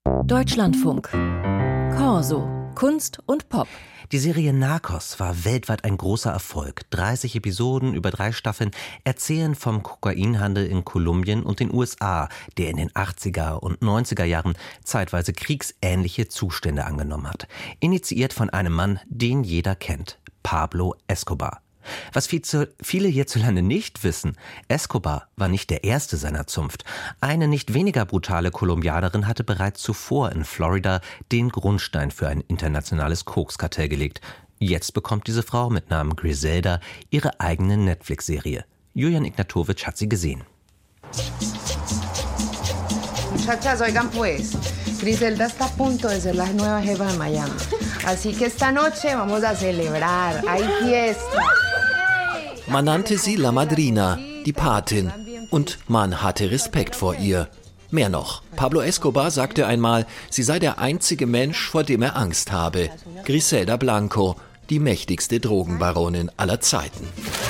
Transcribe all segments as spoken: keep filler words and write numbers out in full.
Deutschlandfunk. Corso. Kunst und Pop. Die Serie Narcos war weltweit ein großer Erfolg. dreißig Episoden über drei Staffeln erzählen vom Kokainhandel in Kolumbien und den U S A, der in den achtziger und neunziger Jahren zeitweise kriegsähnliche Zustände angenommen hat. Initiiert von einem Mann, den jeder kennt: Pablo Escobar. Was viele hierzulande nicht wissen: Escobar war nicht der erste seiner Zunft. Eine nicht weniger brutale Kolumbianerin hatte bereits zuvor in Florida den Grundstein für ein internationales Kokskartell gelegt. Jetzt bekommt diese Frau mit Namen Griselda ihre eigene Netflix-Serie. Julian Ignatowicz hat sie gesehen. Muchachas, oigan pues, Griselda está a punto de ser la nueva jefa de Miami. Así que esta noche vamos a celebrar, hay fiesta. Man nannte sie La Madrina, die Patin, und man hatte Respekt vor ihr. Mehr noch, Pablo Escobar sagte einmal, sie sei der einzige Mensch, vor dem er Angst habe. Griselda Blanco, die mächtigste Drogenbaronin aller Zeiten.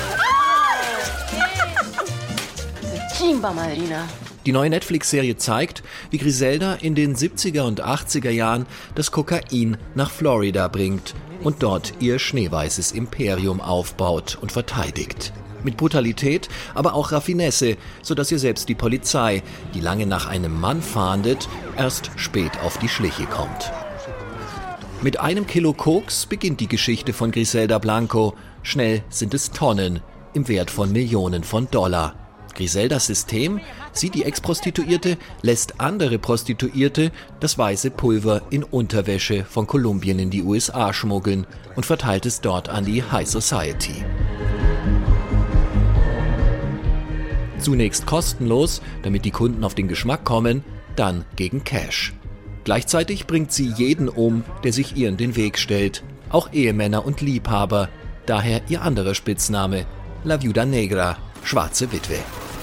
Chimba, Madrina. Die neue Netflix-Serie zeigt, wie Griselda in den siebziger und achtziger Jahren das Kokain nach Florida bringt und dort ihr schneeweißes Imperium aufbaut und verteidigt. Mit Brutalität, aber auch Raffinesse, sodass ihr selbst die Polizei, die lange nach einem Mann fahndet, erst spät auf die Schliche kommt. Mit einem Kilo Koks beginnt die Geschichte von Griselda Blanco. Schnell sind es Tonnen im Wert von Millionen von Dollar. Griseldas System: sie, die Ex-Prostituierte, lässt andere Prostituierte das weiße Pulver in Unterwäsche von Kolumbien in die U S A schmuggeln und verteilt es dort an die High Society. Zunächst kostenlos, damit die Kunden auf den Geschmack kommen, dann gegen Cash. Gleichzeitig bringt sie jeden um, der sich ihr in den Weg stellt, auch Ehemänner und Liebhaber, daher ihr anderer Spitzname, La Viuda Negra, schwarze Witwe.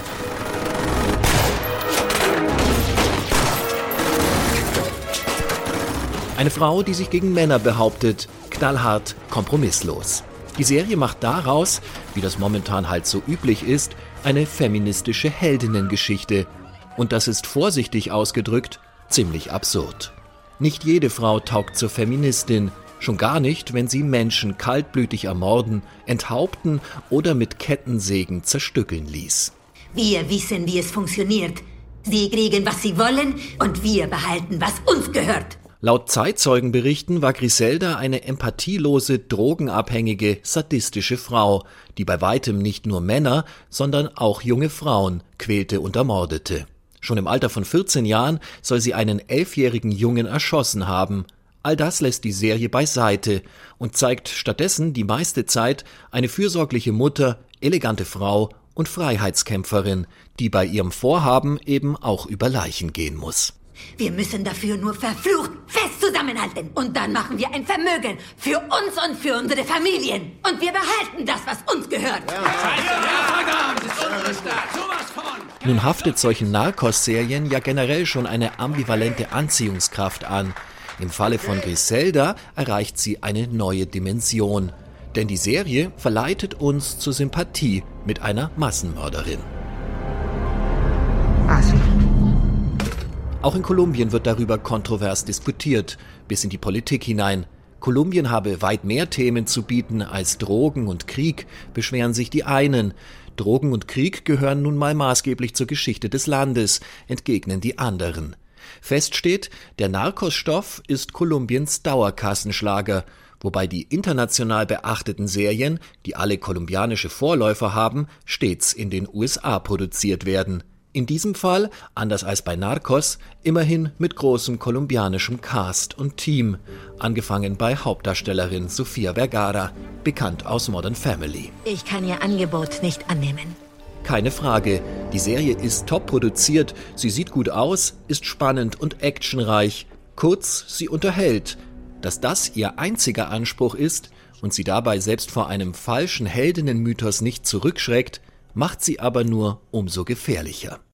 Eine Frau, die sich gegen Männer behauptet, knallhart, kompromisslos. Die Serie macht daraus, wie das momentan halt so üblich ist, eine feministische Heldinnengeschichte. Und das ist vorsichtig ausgedrückt ziemlich absurd. Nicht jede Frau taugt zur Feministin, schon gar nicht, wenn sie Menschen kaltblütig ermorden, enthaupten oder mit Kettensägen zerstückeln ließ. Wir wissen, wie es funktioniert. Sie kriegen, was sie wollen, und wir behalten, was uns gehört. Laut Zeitzeugenberichten war Griselda eine empathielose, drogenabhängige, sadistische Frau, die bei weitem nicht nur Männer, sondern auch junge Frauen quälte und ermordete. Schon im Alter von vierzehn Jahren soll sie einen elfjährigen Jungen erschossen haben. All das lässt die Serie beiseite und zeigt stattdessen die meiste Zeit eine fürsorgliche Mutter, elegante Frau und Freiheitskämpferin, die bei ihrem Vorhaben eben auch über Leichen gehen muss. Wir müssen dafür nur verflucht fest zusammenhalten. Und dann machen wir ein Vermögen für uns und für unsere Familien. Und wir behalten das, was uns gehört. Nun haftet solchen Narcos-Serien ja generell schon eine ambivalente Anziehungskraft an. Im Falle von Griselda erreicht sie eine neue Dimension. Denn die Serie verleitet uns zur Sympathie mit einer Massenmörderin. Ah, sí. Auch in Kolumbien wird darüber kontrovers diskutiert, bis in die Politik hinein. Kolumbien habe weit mehr Themen zu bieten als Drogen und Krieg, beschweren sich die einen. Drogen und Krieg gehören nun mal maßgeblich zur Geschichte des Landes, entgegnen die anderen. Fest steht, der Narcos-Stoff ist Kolumbiens Dauerkassenschlager, wobei die international beachteten Serien, die alle kolumbianische Vorläufer haben, stets in den U S A produziert werden. In diesem Fall, anders als bei Narcos, immerhin mit großem kolumbianischem Cast und Team, angefangen bei Hauptdarstellerin Sofía Vergara, bekannt aus Modern Family. Ich kann Ihr Angebot nicht annehmen. Keine Frage, die Serie ist top produziert, sie sieht gut aus, ist spannend und actionreich, kurz, sie unterhält. Dass das ihr einziger Anspruch ist und sie dabei selbst vor einem falschen Heldinnenmythos nicht zurückschreckt, macht sie aber nur umso gefährlicher.